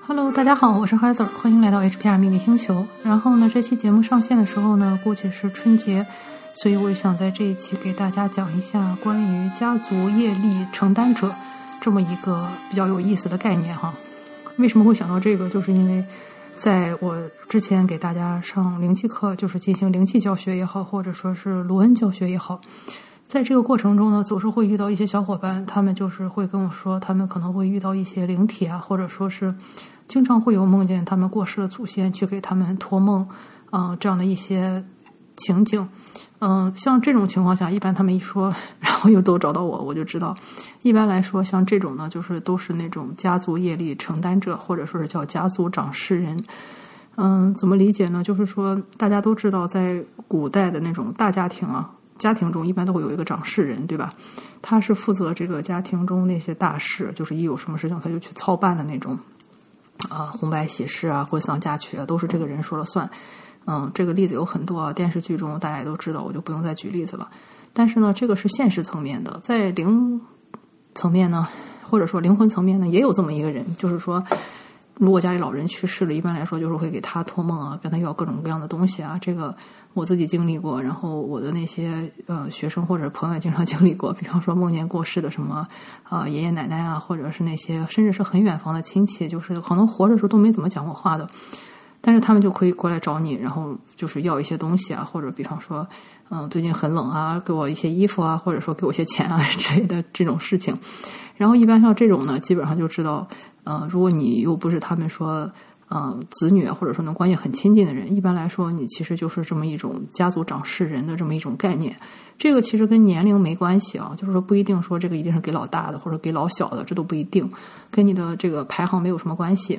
Hello， 大家好，我是海子，欢迎来到 HPR 秘密星球。然后呢，这期节目上线的时候呢，估计是春节，所以我也想在这一期给大家讲一下关于家族业力承担者这么一个比较有意思的概念哈。为什么会想到这个？就是因为在我之前给大家上灵气课，就是进行灵气教学也好，或者说是卢恩教学也好，在这个过程中呢，总是会遇到一些小伙伴，他们就是会跟我说，他们可能会遇到一些灵体啊，或者说是经常会有梦见他们过世的祖先去给他们托梦，这样的一些情景。像这种情况下，一般他们一说，然后又都找到我，我就知道，一般来说，像这种呢，就是都是那种家族业力承担者，或者说是叫家族掌事人。怎么理解呢？就是说，大家都知道，在古代的那种大家庭啊，家庭中一般都会有一个掌事人，对吧？他是负责这个家庭中那些大事，就是一有什么事情他就去操办的那种。红白喜事啊，婚丧嫁娶啊，都是这个人说了算。这个例子有很多啊，电视剧中大家也都知道，我就不用再举例子了。但是呢，这个是现实层面的，在灵层面呢，或者说灵魂层面呢，也有这么一个人，就是说，如果家里老人去世了，一般来说就是会给他托梦啊，跟他要各种各样的东西啊。这个我自己经历过，然后我的那些学生或者朋友也经常经历过，比方说梦见过世的什么爷爷奶奶啊，或者是那些甚至是很远房的亲戚，就是可能活着的时候都没怎么讲过话的，但是他们就可以过来找你，然后就是要一些东西啊，或者比方说最近很冷啊，给我一些衣服啊，或者说给我一些钱啊之类的这种事情。然后一般像这种呢，基本上就知道如果你又不是他们说子女或者说能关系很亲近的人，一般来说你其实就是这么一种家族掌事人的这么一种概念。这个其实跟年龄没关系啊，就是说不一定说这个一定是给老大的或者给老小的，这都不一定，跟你的这个排行没有什么关系。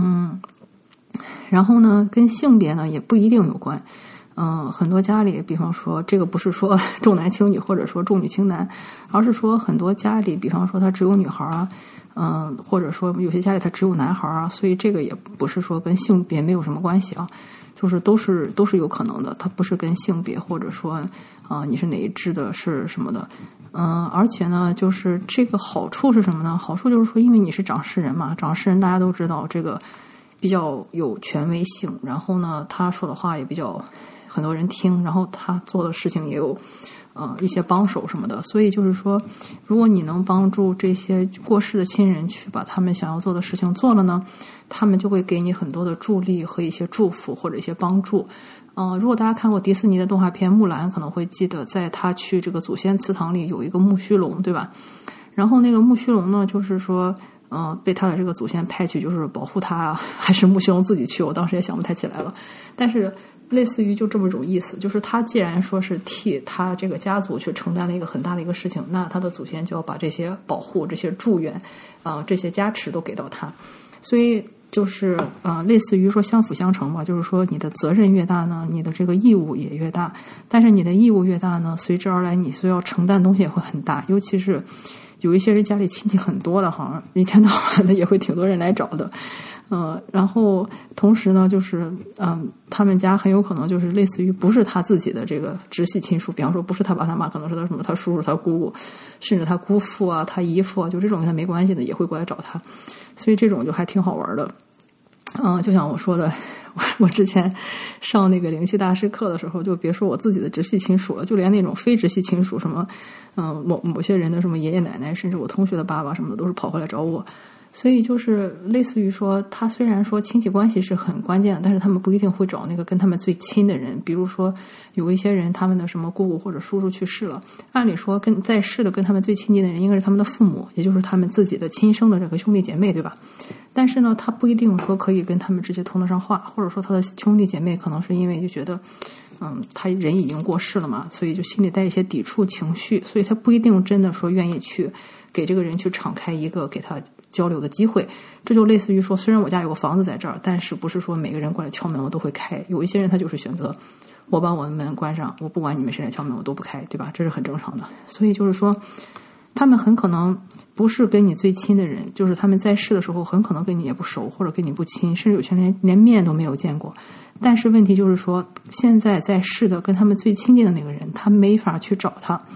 然后呢，跟性别呢也不一定有关。很多家里，比方说这个不是说重男轻女或者说重女轻男，而是说很多家里，比方说他只有女孩啊，或者说有些家里他只有男孩啊，所以这个也不是说跟性别没有什么关系啊，就是都是有可能的，它不是跟性别或者说你是哪一支的是什么的。而且呢，就是这个好处是什么呢？好处就是说，因为你是掌事人嘛，掌事人大家都知道这个比较有权威性，然后呢，他说的话也比较很多人听，然后他做的事情也有一些帮手什么的，所以就是说，如果你能帮助这些过世的亲人去把他们想要做的事情做了呢，他们就会给你很多的助力和一些祝福或者一些帮助。如果大家看过迪士尼的动画片《木兰》，可能会记得在他去这个祖先祠堂里有一个木须龙，对吧？然后那个木须龙呢，就是说被他的这个祖先派去就是保护他啊，还是木须龙自己去，我当时也想不太起来了。但是类似于就这么一种意思，就是他既然说是替他这个家族去承担了一个很大的一个事情，那他的祖先就要把这些保护、这些祝愿这些加持都给到他。所以就是类似于说相辅相成吧，就是说你的责任越大呢，你的这个义务也越大，但是你的义务越大呢，随之而来你所要承担的东西也会很大，尤其是有一些人家里亲戚很多的哈，一天到晚的也会挺多人来找的。然后同时呢，就是他们家很有可能就是类似于不是他自己的这个直系亲属，比方说不是他爸他妈，可能是他什么他叔叔他姑姑，甚至他姑父啊他姨父啊，就这种跟他没关系的也会过来找他，所以这种就还挺好玩的。就像我说的，我之前上那个灵气大师课的时候，就别说我自己的直系亲属了，就连那种非直系亲属，什么某些人的什么爷爷奶奶，甚至我同学的爸爸什么的，都是跑回来找我。所以就是类似于说，他虽然说亲戚关系是很关键的，但是他们不一定会找那个跟他们最亲的人。比如说有一些人他们的什么姑姑或者叔叔去世了，按理说跟在世的跟他们最亲近的人应该是他们的父母，也就是他们自己的亲生的这个兄弟姐妹，对吧？但是呢，他不一定说可以跟他们直接通得上话，或者说他的兄弟姐妹可能是因为就觉得他人已经过世了嘛，所以就心里带一些抵触情绪，所以他不一定真的说愿意去给这个人去敞开一个给他交流的机会。这就类似于说，虽然我家有个房子在这儿，但是不是说每个人过来敲门我都会开，有一些人他就是选择我把我的门关上，我不管你们谁来敲门我都不开，对吧？这是很正常的。所以就是说他们很可能不是跟你最亲的人，就是他们在世的时候很可能跟你也不熟，或者跟你不亲，甚至有些人连面都没有见过。但是问题就是说，现在在世的跟他们最亲近的那个人，他没法去找他，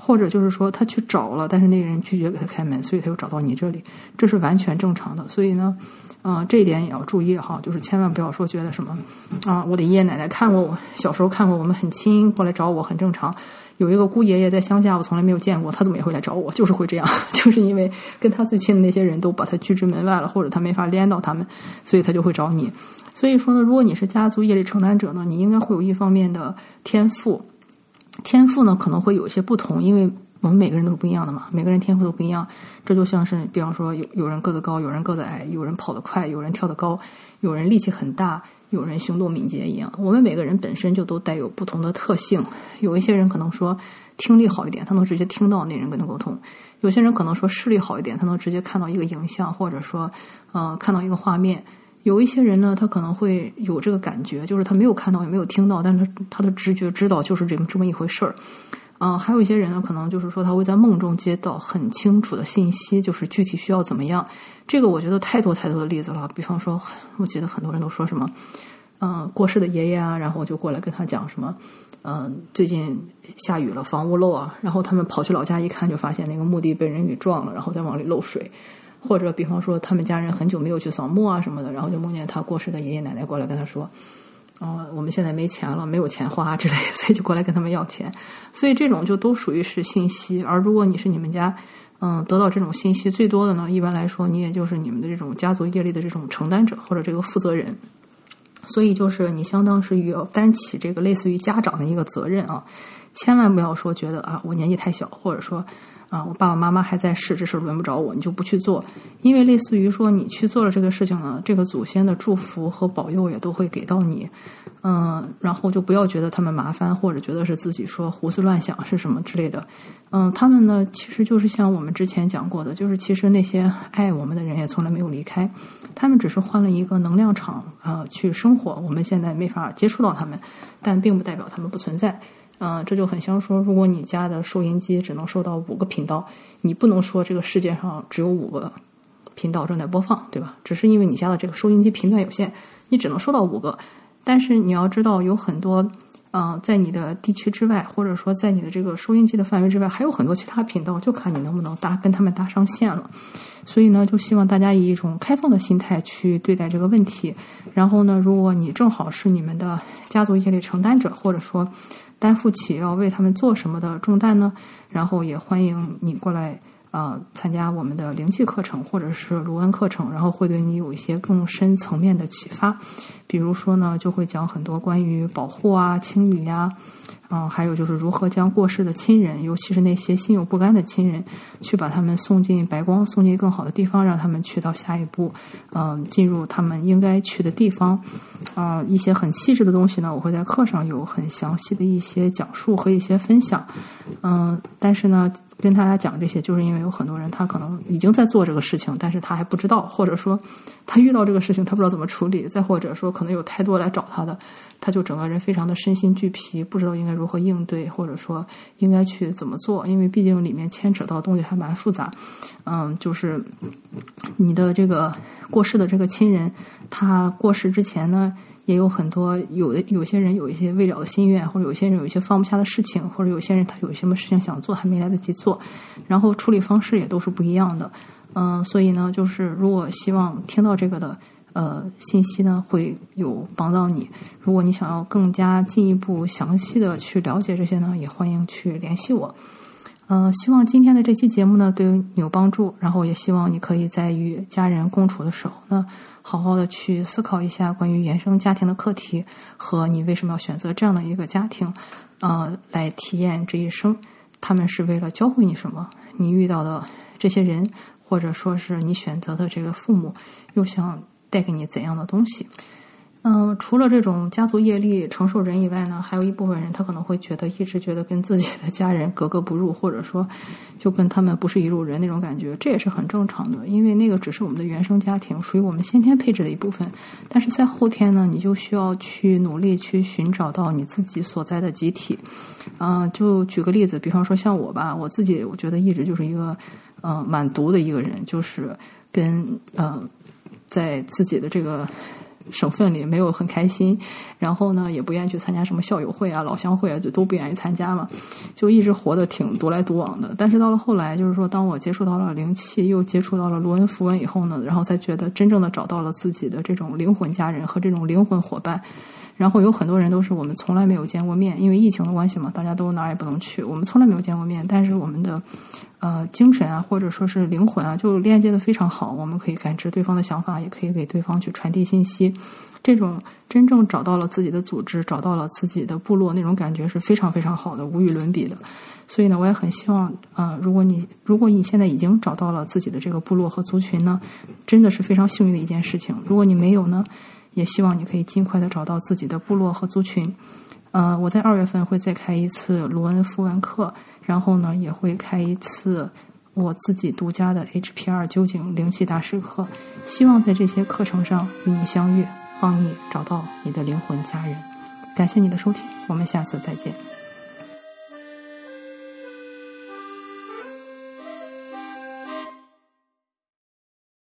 或者就是说他去找了，但是那个人拒绝给他开门，所以他又找到你这里，这是完全正常的。所以呢这一点也要注意哈，就是千万不要说觉得什么我的爷爷奶奶看过我，小时候看过我们很亲，过来找我很正常。有一个姑爷爷在乡下，我从来没有见过，他怎么也会来找我，就是会这样，就是因为跟他最亲的那些人都把他拒之门外了，或者他没法连到他们，所以他就会找你。所以说呢，如果你是家族业力承担者呢，你应该会有一方面的天赋呢可能会有一些不同，因为我们每个人都是不一样的嘛，每个人天赋都不一样。这就像是比方说有人个子高，有人个子矮，有人跑得快，有人跳得高，有人力气很大，有人行动敏捷一样。我们每个人本身就都带有不同的特性，有一些人可能说听力好一点，他能直接听到那人跟他沟通；有些人可能说视力好一点，他能直接看到一个影像，或者说看到一个画面。有一些人呢，他可能会有这个感觉，就是他没有看到也没有听到，但是他的直觉知道就是这么一回事儿。还有一些人呢，可能就是说他会在梦中接到很清楚的信息，就是具体需要怎么样。这个我觉得太多的例子了，比方说我记得很多人都说什么过世的爷爷啊，然后就过来跟他讲什么最近下雨了，房屋漏啊，然后他们跑去老家一看，就发现那个墓地被人给撞了，然后再往里漏水。或者比方说他们家人很久没有去扫墓啊什么的，然后就梦见他过世的爷爷奶奶过来跟他说我们现在没钱了，没有钱花之类的，所以就过来跟他们要钱。所以这种就都属于是信息。而如果你是你们家得到这种信息最多的呢，一般来说你也就是你们的这种家族业力的这种承担者或者这个负责人。所以就是你相当是要担起这个类似于家长的一个责任啊，千万不要说觉得我年纪太小，或者说我爸爸妈妈还在世，这事轮不着我，你就不去做。因为类似于说你去做了这个事情呢，这个祖先的祝福和保佑也都会给到你。然后就不要觉得他们麻烦，或者觉得是自己说胡思乱想是什么之类的。他们呢其实就是像我们之前讲过的，就是其实那些爱我们的人也从来没有离开，他们只是换了一个能量场去生活，我们现在没法接触到他们，但并不代表他们不存在。这就很像说，如果你家的收音机只能收到5个频道，你不能说这个世界上只有5个频道正在播放，对吧？只是因为你家的这个收音机频段有限，你只能收到5个。但是你要知道，有很多在你的地区之外，或者说在你的这个收音机的范围之外，还有很多其他频道，就看你能不能跟他们搭上线了。所以呢，就希望大家以一种开放的心态去对待这个问题。然后呢，如果你正好是你们的家族业力承担者，或者说担负起要为他们做什么的重担呢，然后也欢迎你过来参加我们的灵气课程或者是卢恩课程，然后会对你有一些更深层面的启发。比如说呢，就会讲很多关于保护清理还有就是如何将过世的亲人，尤其是那些心有不甘的亲人，去把他们送进白光，送进更好的地方，让他们去到下一步进入他们应该去的地方。一些很细致的东西呢，我会在课上有很详细的一些讲述和一些分享。但是呢，跟大家讲这些，就是因为有很多人他可能已经在做这个事情，但是他还不知道，或者说他遇到这个事情他不知道怎么处理，再或者说可能有太多来找他的，他就整个人非常的身心俱疲，不知道应该如何应对，或者说应该去怎么做。因为毕竟里面牵扯到的东西还蛮复杂。就是你的这个过世的这个亲人，他过世之前呢，也有很多有些人有一些未了的心愿，或者有些人有一些放不下的事情，或者有些人他有什么事情想做还没来得及做，然后处理方式也都是不一样的。所以呢，就是如果希望听到这个的信息呢，会有帮到你。如果你想要更加进一步详细的去了解这些呢，也欢迎去联系我。希望今天的这期节目呢对你有帮助，然后也希望你可以在与家人共处的时候呢，好好的去思考一下关于原生家庭的课题，和你为什么要选择这样的一个家庭来体验这一生。他们是为了教会你什么？你遇到的这些人，或者说是你选择的这个父母，又想带给你怎样的东西？除了这种家族业力承受人以外呢，还有一部分人他可能会一直觉得跟自己的家人格格不入，或者说就跟他们不是一路人那种感觉。这也是很正常的，因为那个只是我们的原生家庭，属于我们先天配置的一部分。但是在后天呢，你就需要去努力去寻找到你自己所在的集体。就举个例子，比方说像我吧，我自己我觉得一直就是一个蛮独的一个人，就是跟在自己的这个省份里，没有很开心，然后呢也不愿意去参加什么校友会啊、老乡会啊，就都不愿意参加嘛，就一直活得挺独来独往的。但是到了后来，就是说当我接触到了灵气，又接触到了卢恩符文以后呢，然后才觉得真正的找到了自己的这种灵魂家人和这种灵魂伙伴。然后有很多人都是我们从来没有见过面，因为疫情的关系嘛，大家都哪儿也不能去，我们从来没有见过面，但是我们的精神啊，或者说是灵魂啊，就链接的非常好，我们可以感知对方的想法，也可以给对方去传递信息。这种真正找到了自己的组织，找到了自己的部落，那种感觉是非常非常好的，无与伦比的。所以呢，我也很希望如果你现在已经找到了自己的这个部落和族群呢，真的是非常幸运的一件事情。如果你没有呢，也希望你可以尽快的找到自己的部落和族群。我在2月份会再开一次卢恩符文课，然后呢也会开一次我自己独家的 HPR 究竟灵气大师课，希望在这些课程上与你相遇，帮你找到你的灵魂家人。感谢你的收听，我们下次再见。